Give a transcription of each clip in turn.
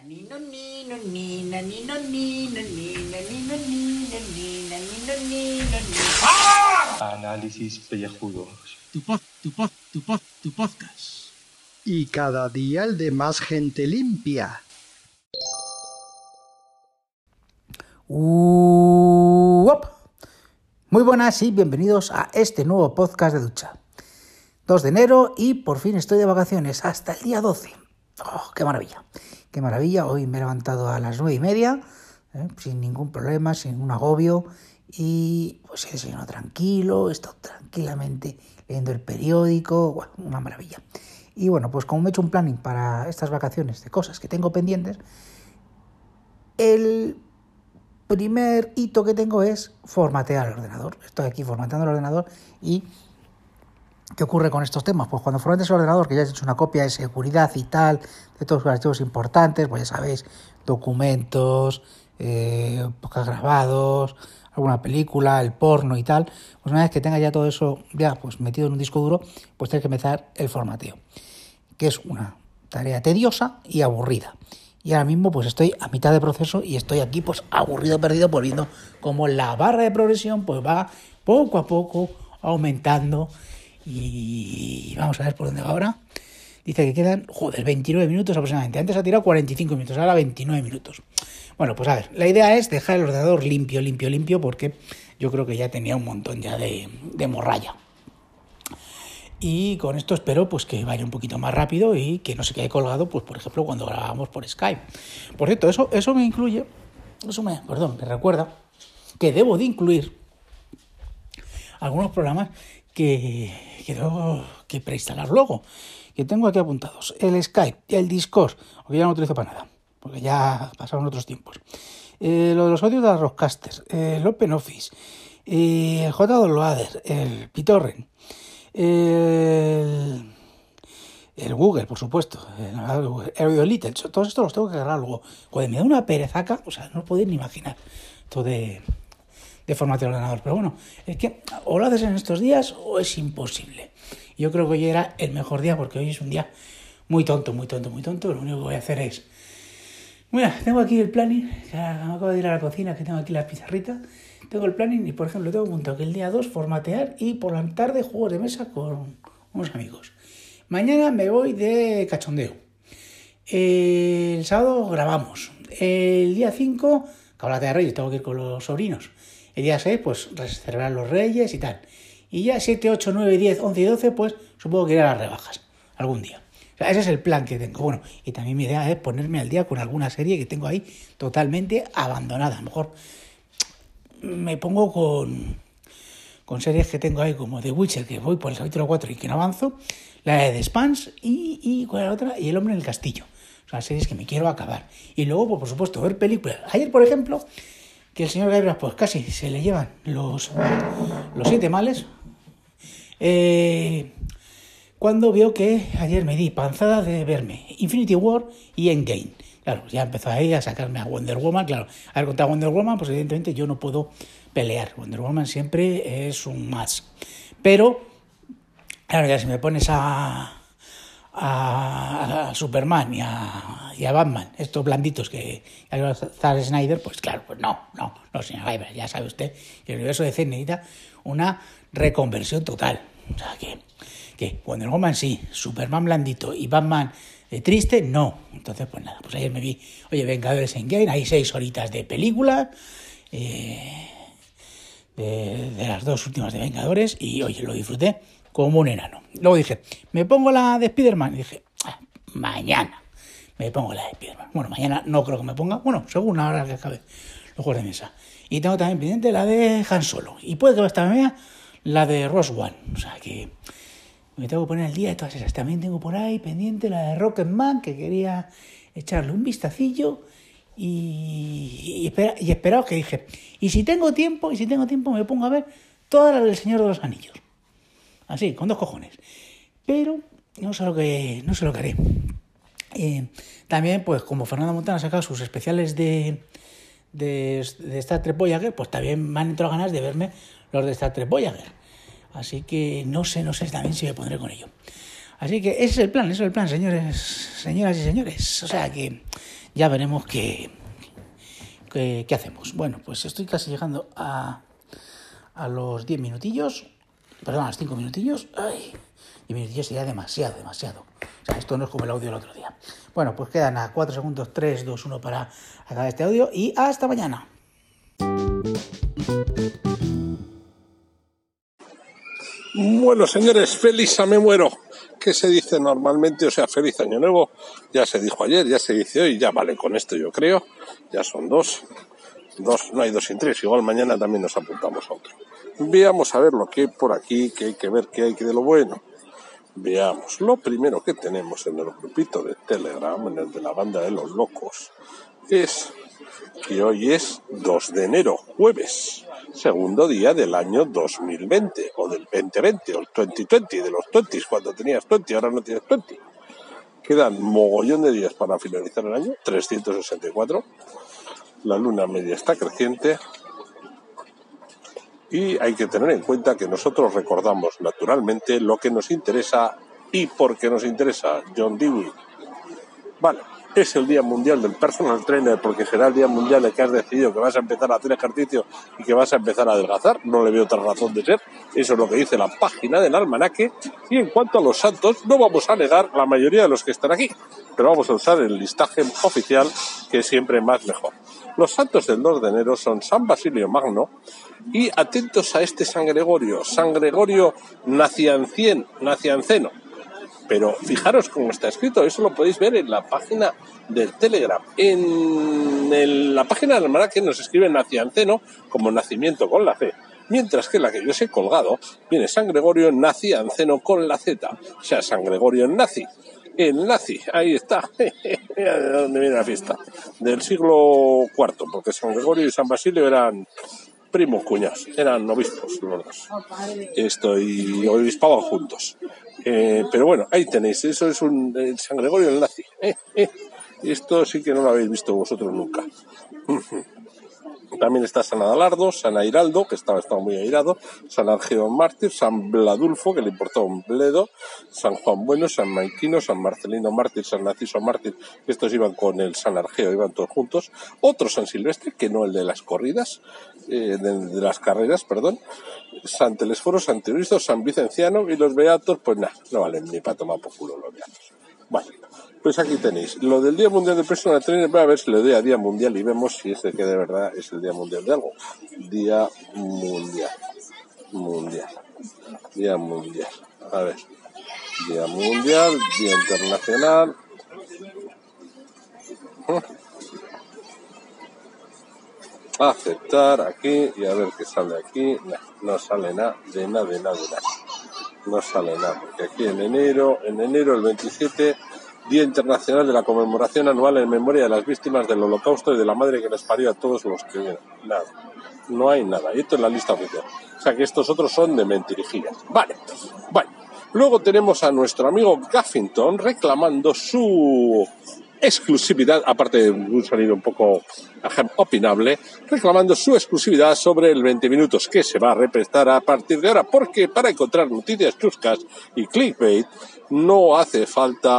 Análisis pellejudos. Tu podcast. Y cada día el de más gente limpia. Muy buenas y bienvenidos a este nuevo podcast de ducha. 2 de enero y por fin estoy de vacaciones hasta el día 12. ¡Oh, qué maravilla! ¡Qué maravilla! Hoy me he levantado a las 9:30, sin ningún problema, sin ningún agobio. Y pues he desayunado tranquilo, he estado tranquilamente leyendo el periódico. Bueno, una maravilla. Y bueno, pues como me he hecho un planning para estas vacaciones de cosas que tengo pendientes, el primer hito que tengo es formatear el ordenador. Estoy aquí formateando el ordenador y ¿qué ocurre con estos temas? Pues cuando formateas el ordenador, que ya has hecho una copia de seguridad y tal, de todos los archivos importantes, pues ya sabéis, documentos, podcast grabados, alguna película, el porno y tal, pues una vez que tenga ya todo eso ya pues metido en un disco duro, pues tienes que empezar el formateo, que es una tarea tediosa y aburrida. Y ahora mismo pues estoy a mitad de proceso y estoy aquí pues aburrido, perdido, pues viendo cómo la barra de progresión pues va poco a poco aumentando. Y vamos a ver por dónde va ahora. Dice que quedan, 29 minutos aproximadamente. Antes ha tirado 45 minutos, ahora 29 minutos. Bueno, pues a ver, la idea es dejar el ordenador limpio, porque yo creo que ya tenía un montón ya de morralla. Y con esto espero pues que vaya un poquito más rápido y que no se quede colgado, pues por ejemplo cuando grabamos por Skype. Por cierto, eso me recuerda que debo de incluir algunos programas que tengo que preinstalar luego, que tengo aquí apuntados: el Skype, el Discord, aunque ya no lo utilizo para nada, porque ya pasaron otros tiempos. Lo de los audios de las Roadcasters, el OpenOffice, el JDownloader, el BitTorrent, el Google, por supuesto, el Audiolite, todos estos los tengo que agarrar luego. Joder, me da una perezaca, o sea, no os podéis ni imaginar todo de formatear el ordenador. Pero bueno, es que o lo haces en estos días o es imposible. Yo creo que hoy era el mejor día porque hoy es un día muy tonto. Lo único que voy a hacer es... Mira, tengo aquí el planning, que me acabo de ir a la cocina, que tengo aquí la pizarrita. Tengo el planning y, por ejemplo, tengo apuntado que el día 2 formatear y por la tarde juegos de mesa con unos amigos. Mañana me voy de cachondeo. El sábado grabamos. El día 5, Cabalgata de Reyes, tengo que ir con los sobrinos. El día 6, pues celebrar los Reyes y tal. Y ya 7, 8, 9, 10, 11 y 12, pues supongo que iré a las rebajas algún día. O sea, ese es el plan que tengo. Bueno, y también mi idea es ponerme al día con alguna serie que tengo ahí totalmente abandonada. A lo mejor me pongo con series que tengo ahí como The Witcher, que voy por el capítulo 4 y que no avanzo, la de The Expanse y ¿cuál era la otra? Y El hombre en el castillo. O sea, series que me quiero acabar. Y luego, pues, por supuesto, ver películas. Ayer, por ejemplo, que el señor Gabriel pues casi se le llevan los 7 males, cuando vio que ayer me di panzada de verme Infinity War y Endgame. Claro, ya empezó ahí a sacarme a Wonder Woman. Claro, a ver, contra Wonder Woman, pues evidentemente yo no puedo pelear. Wonder Woman siempre es un match. Pero, claro, ya si me pones a Superman y a Batman, estos blanditos que hay Zack Snyder, pues claro, pues no, señor Gabriel, ya sabe usted que el universo de DC necesita una reconversión total. O sea, que Wonder Woman sí, Superman blandito y Batman triste, no. Entonces, pues nada, pues ayer me vi, Vengadores Endgame, hay 6 horitas de película, de las 2 últimas de Vengadores, y lo disfruté como un enano. Luego dije, me pongo la de Spider-Man, y dije, mañana me pongo la de Spider-Man. Bueno, mañana no creo que me ponga, según la hora que acabe los juegos de mesa. Y tengo también pendiente la de Han Solo, y puede que hasta me vea la de Rogue One. O sea que me tengo que poner al día de todas esas. También tengo por ahí pendiente la de Rocketman, que quería echarle un vistacillo. Y esperaos que dije, y si tengo tiempo me pongo a ver todas las del Señor de los Anillos. Así, con 2 cojones. Pero no sé lo que haré. También, pues como Fernando Montana ha sacado sus especiales de Star Trek Voyager, pues también me han entrado ganas de verme los de Star Trek Voyager. Así que no sé también si me pondré con ello. Así que ese es el plan, señoras y señores. O sea que ya veremos qué hacemos. Bueno, pues estoy casi llegando a los 10 minutillos. Perdón, a los 5 minutillos. Ay, 10 minutillos sería demasiado. O sea, esto no es como el audio del otro día. Bueno, pues quedan a 4 segundos, 3, 2, 1 para acabar este audio y hasta mañana. Bueno, señores, feliz a me muero. ¿Qué se dice normalmente? O sea, feliz año nuevo. Ya se dijo ayer, ya se dice hoy, ya vale con esto yo creo. Ya son dos, no hay 2 sin 3. Igual mañana también nos apuntamos a otro. Veamos a ver lo que hay por aquí, que hay que ver qué hay que de lo bueno. Veamos, lo primero que tenemos en el grupito de Telegram, en el de la banda de los locos, es que hoy es 2 de enero, jueves, segundo día del año 2020, o del 2020, o el 2020, de los 20s, cuando tenías 20, ahora no tienes 20. Quedan mogollón de días para finalizar el año, 364. La luna media está creciente. Y hay que tener en cuenta que nosotros recordamos naturalmente lo que nos interesa y por qué nos interesa. John Dewey. Vale, es el Día Mundial del Personal Trainer porque será el Día Mundial de que has decidido que vas a empezar a hacer ejercicio y que vas a empezar a adelgazar. No le veo otra razón de ser. Eso es lo que dice la página del almanaque. Y en cuanto a los santos, no vamos a negar la mayoría de los que están aquí, pero vamos a usar el listaje oficial, que es siempre más mejor. Los santos del 2 de enero son San Basilio Magno y atentos a este San Gregorio Nacianceno. Pero fijaros cómo está escrito, eso lo podéis ver en la página del Telegram. En la página del almanaque nos escribe Nacianceno como nacimiento con la C, mientras que la que yo os he colgado viene San Gregorio Nacianceno con la Z, o sea, San Gregorio Nazi. El nazi, ahí está, de dónde viene la fiesta, del siglo IV, porque San Gregorio y San Basilio eran primos cuñados, eran obispos los dos, y obispaban juntos. Pero bueno, ahí tenéis, eso es un San Gregorio el nazi. Esto sí que no lo habéis visto vosotros nunca. También está San Adelardo, San Airaldo, que estaba muy airado, San Argeo Mártir, San Bladulfo, que le importaba un bledo, San Juan Bueno, San Maiquino, San Marcelino Mártir, San Narciso Mártir, estos iban con el San Argeo, iban todos juntos. Otro San Silvestre, que no el de las corridas, de las carreras, perdón, San Telesforo, San Teoristo, San Vicenciano, y los beatos, pues nada, no valen ni para tomar por culo los beatos. Vale. Pues aquí tenéis, lo del Día Mundial del Personal Trainer, voy a ver si le doy a Día Mundial y vemos si es de que de verdad es el Día Mundial de algo. Día Mundial. A ver, Día Mundial, Día Internacional. Aceptar aquí y a ver qué sale aquí. No sale nada, de nada. No sale nada, porque aquí en enero el 27... Día Internacional de la Conmemoración Anual en Memoria de las Víctimas del Holocausto y de la Madre que les parió a todos los que vienen. Nada, no hay nada. Y esto es la lista oficial. O sea que estos otros son de mentirijillas. Vale. Luego tenemos a nuestro amigo Gaffington reclamando su exclusividad, aparte de un sonido un poco opinable, reclamando su exclusividad sobre el 20 minutos que se va a represtar a partir de ahora, porque para encontrar noticias chuscas y clickbait no hace falta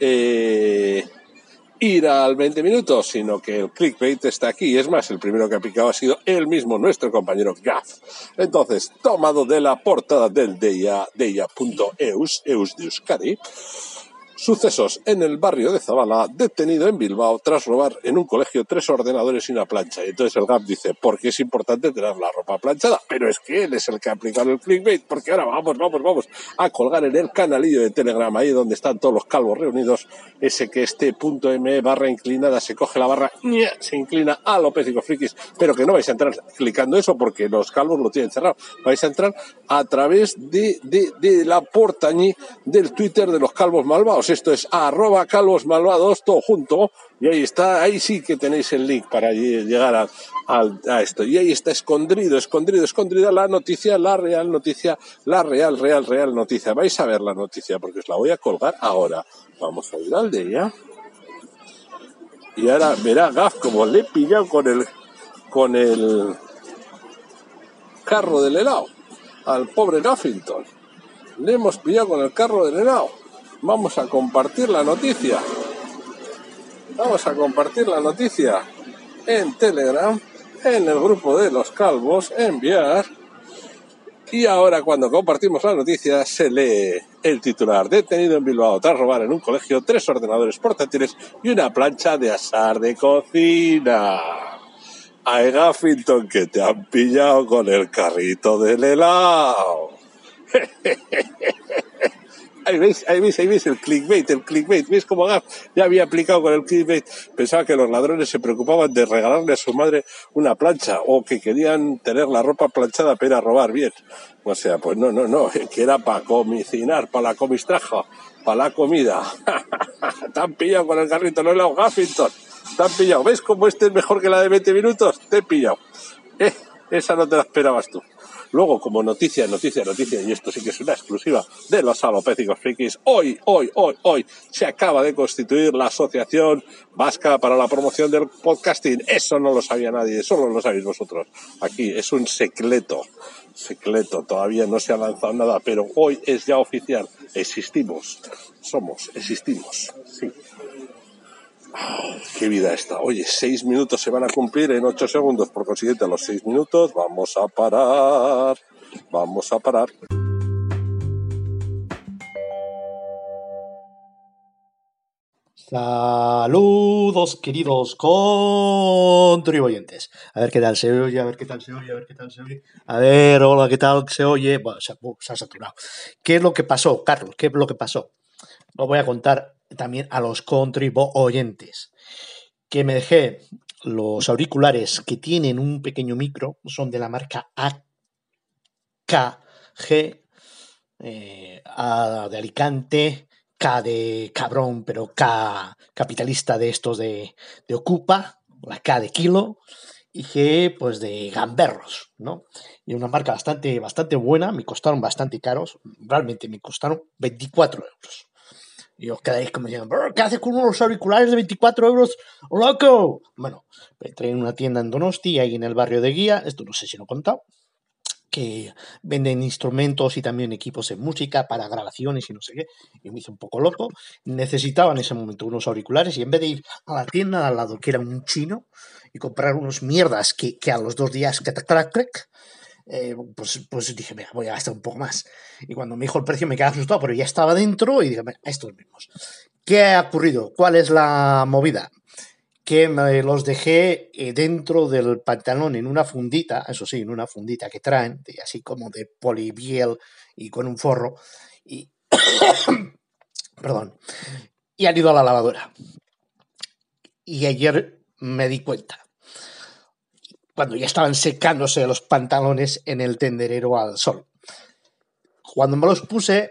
ir al 20 minutos, sino que el clickbait está aquí. Es más, el primero que ha picado ha sido él mismo, nuestro compañero Gaff. Entonces, tomado de la portada del deia.eus de Euskadi, sucesos en el barrio de Zabala, detenido en Bilbao tras robar en un colegio 3 ordenadores y una plancha. Y entonces el Gaff dice, ¿por qué es importante tener la ropa planchada? Pero es que él es el que ha aplicado el clickbait, porque ahora vamos a colgar en el canalillo de Telegram, ahí donde están todos los calvos reunidos, ese que .me barra inclinada, se coge la barra, se inclina a López y Frikis, pero que no vais a entrar clicando eso porque los calvos lo tienen cerrado. Vais a entrar a través de la portañí del Twitter de los calvos malvados. Esto es @calvosmalvados, todo junto, y ahí está, ahí sí que tenéis el link para llegar a esto. Y ahí está escondida la noticia, la real noticia. Vais a ver la noticia porque os la voy a colgar ahora. Vamos a ir al de ella. Y ahora verá Gaff como le he pillado con el carro del helado al pobre Gaffington. Le hemos pillado con el carro del helado. Vamos a compartir la noticia. Vamos a compartir la noticia en Telegram, en el grupo de los calvos, enviar. Y ahora cuando compartimos la noticia se lee el titular: detenido en Bilbao tras robar en un colegio 3 ordenadores portátiles y una plancha de asar de cocina. Ay, Gaffington, que te han pillado con el carrito del helado. Ahí veis el clickbait. ¿Veis cómo Gaff ya había aplicado con el clickbait? Pensaba que los ladrones se preocupaban de regalarle a su madre una plancha o que querían tener la ropa planchada para ir a robar bien. O sea, pues no, que era para comicinar, para la comistraja, para la comida. Te han pillado con el carrito, no helado, Gaffington. Te han pillado. ¿Ves cómo este es mejor que la de 20 minutos? Te he pillado. Esa no te la esperabas tú. Luego, como noticia, y esto sí que es una exclusiva de los alopécicos frikis, hoy se acaba de constituir la Asociación Vasca para la Promoción del Podcasting. Eso no lo sabía nadie, solo lo sabéis vosotros. Aquí es un secreto, todavía no se ha lanzado nada, pero hoy es ya oficial. Existimos, sí. Qué vida esta. Oye, 6 minutos se van a cumplir en 8 segundos. Por consiguiente, a los 6 minutos vamos a parar. Saludos, queridos contribuyentes. A ver qué tal se oye. A ver, hola, ¿qué tal se oye? Bueno, se ha saturado. ¿Qué es lo que pasó, Carlos? ¿Qué es lo que pasó? Lo voy a contar también a los contribuyentes. Que me dejé los auriculares que tienen un pequeño micro, son de la marca AKG, A de Alicante, K de cabrón, pero K capitalista de estos de Ocupa, la K de kilo, y G pues de gamberros, ¿no? Y una marca bastante buena, me costaron bastante caros, realmente me costaron 24 euros. Y os quedaréis como diciendo, ¿qué haces con unos auriculares de 24 euros, loco? Bueno, entré en una tienda en Donosti, ahí en el barrio de Guía, esto no sé si lo he contado, que venden instrumentos y también equipos de música para grabaciones y no sé qué, y me hice un poco loco. Necesitaba en ese momento unos auriculares y en vez de ir a la tienda de al lado, que era un chino, y comprar unos mierdas que a los 2 días que te crack, pues dije, mira, voy a gastar un poco más. Y cuando me dijo el precio me quedé asustado, pero ya estaba dentro y dije, mira, estos mismos. ¿Qué ha ocurrido? ¿Cuál es la movida? Que me los dejé dentro del pantalón en una fundita, eso sí, en una fundita que traen, así como de poliviel y con un forro, y perdón, y han ido a la lavadora. Y ayer me di cuenta, cuando ya estaban secándose los pantalones en el tenderero al sol. Cuando me los puse,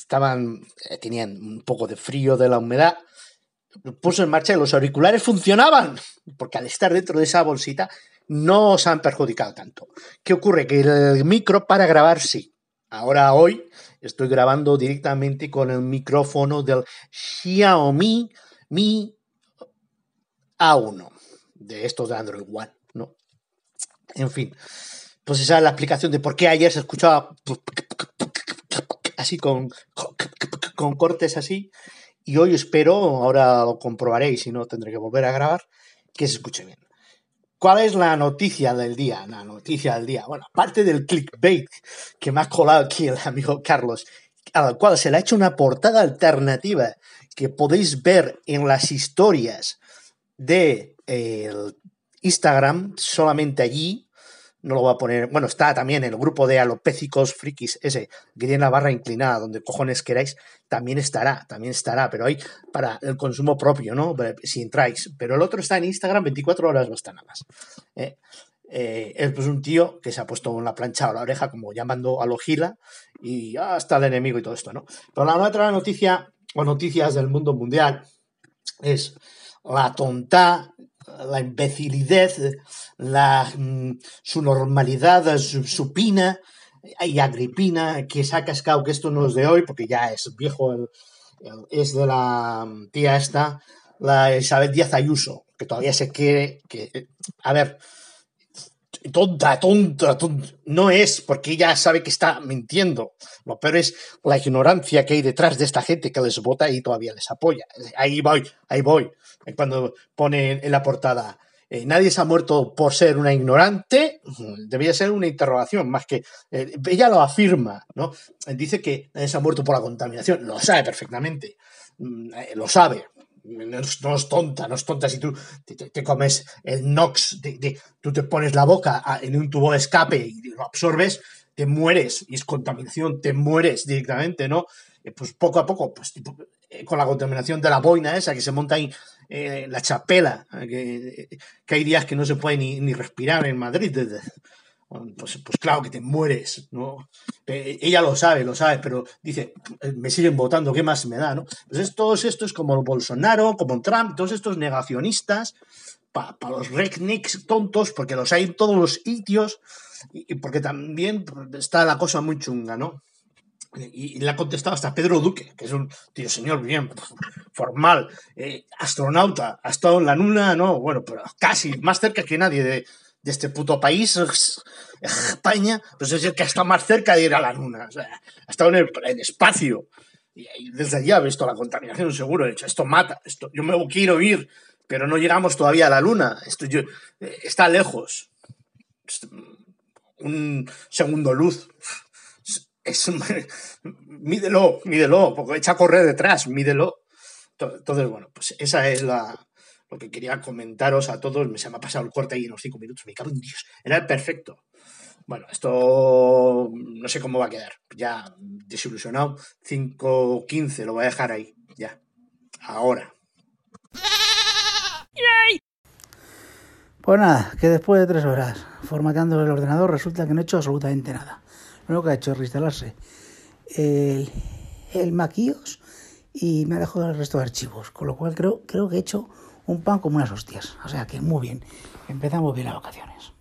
tenían un poco de frío de la humedad, puse en marcha y los auriculares funcionaban, porque al estar dentro de esa bolsita no os han perjudicado tanto. ¿Qué ocurre? Que el micro para grabar sí. Ahora hoy estoy grabando directamente con el micrófono del Xiaomi Mi A1, de estos de Android One, ¿no? En fin, pues esa es la explicación de por qué ayer se escuchaba así con cortes así, y hoy espero, ahora lo comprobaréis, si no tendré que volver a grabar, que se escuche bien. ¿Cuál es la noticia del día? Bueno, aparte del clickbait que me ha colado aquí el amigo Carlos, al cual se le ha hecho una portada alternativa que podéis ver en las historias de el Instagram, solamente allí. No lo voy a poner, bueno, está también el grupo de alopécicos frikis ese, que tiene la barra inclinada, donde cojones queráis, también estará, pero hay para el consumo propio, ¿no? Si entráis, pero el otro está en Instagram 24 horas, basta nada más. Es pues un tío que se ha puesto una plancha a la oreja, como llamando a lo gila, y hasta el enemigo y todo esto, ¿no? Pero la otra noticia, o noticias del mundo mundial, es la tonta, la imbecilidad, su normalidad supina y agripina que se ha cascado, que esto no es de hoy, porque ya es viejo, es de la tía esta, la Isabel Díaz Ayuso, que todavía se quiere que... A ver, tonta. No es, porque ella sabe que está mintiendo. Lo peor es la ignorancia que hay detrás de esta gente que les vota y todavía les apoya. Ahí voy. Cuando pone en la portada, nadie se ha muerto por ser una ignorante, debería ser una interrogación, más que... ella lo afirma, ¿no? Dice que nadie se ha muerto por la contaminación. Lo sabe perfectamente. Lo sabe. No es tonta. Si tú te comes el NOx, tú te pones la boca en un tubo de escape y lo absorbes, te mueres, y es contaminación, te mueres directamente, ¿no? Pues poco a poco, pues con la contaminación de la boina esa que se monta ahí, la chapela, que hay días que no se puede ni respirar en Madrid. Pues claro que te mueres, ¿no? Ella lo sabe, pero dice, me siguen votando, ¿qué más me da, no? Pues todos estos como Bolsonaro, como Trump, todos estos negacionistas, para los rednecks tontos, porque los hay en todos los sitios, y porque también está la cosa muy chunga, ¿no? Y le ha contestado hasta Pedro Duque, que es un tío señor bien formal, astronauta, ha estado en la luna, ¿no? Bueno, pero casi, más cerca que nadie de este puto país, España, pues es el que está más cerca de ir a la luna. O sea, ha estado en el espacio. Y desde allí ha visto la contaminación, seguro. De hecho, esto mata. Yo me quiero ir, pero no llegamos todavía a la luna. Está lejos. Un segundo luz. Mídelo, porque echa a correr detrás, mídelo. Entonces, bueno, pues esa es lo que quería comentaros a todos. Se me ha pasado el corte ahí en los 5 minutos. Me cago en Dios. Era el perfecto. Bueno, esto no sé cómo va a quedar. Ya desilusionado. 5:15, lo voy a dejar ahí. Ya. Ahora. Pues nada, que después de 3 horas formateando el ordenador resulta que no he hecho absolutamente nada. Lo único que ha hecho es reinstalarse el Mac-OS y me ha dejado el resto de archivos. Con lo cual creo que he hecho un pan como unas hostias. O sea que muy bien. Empezamos bien las vacaciones.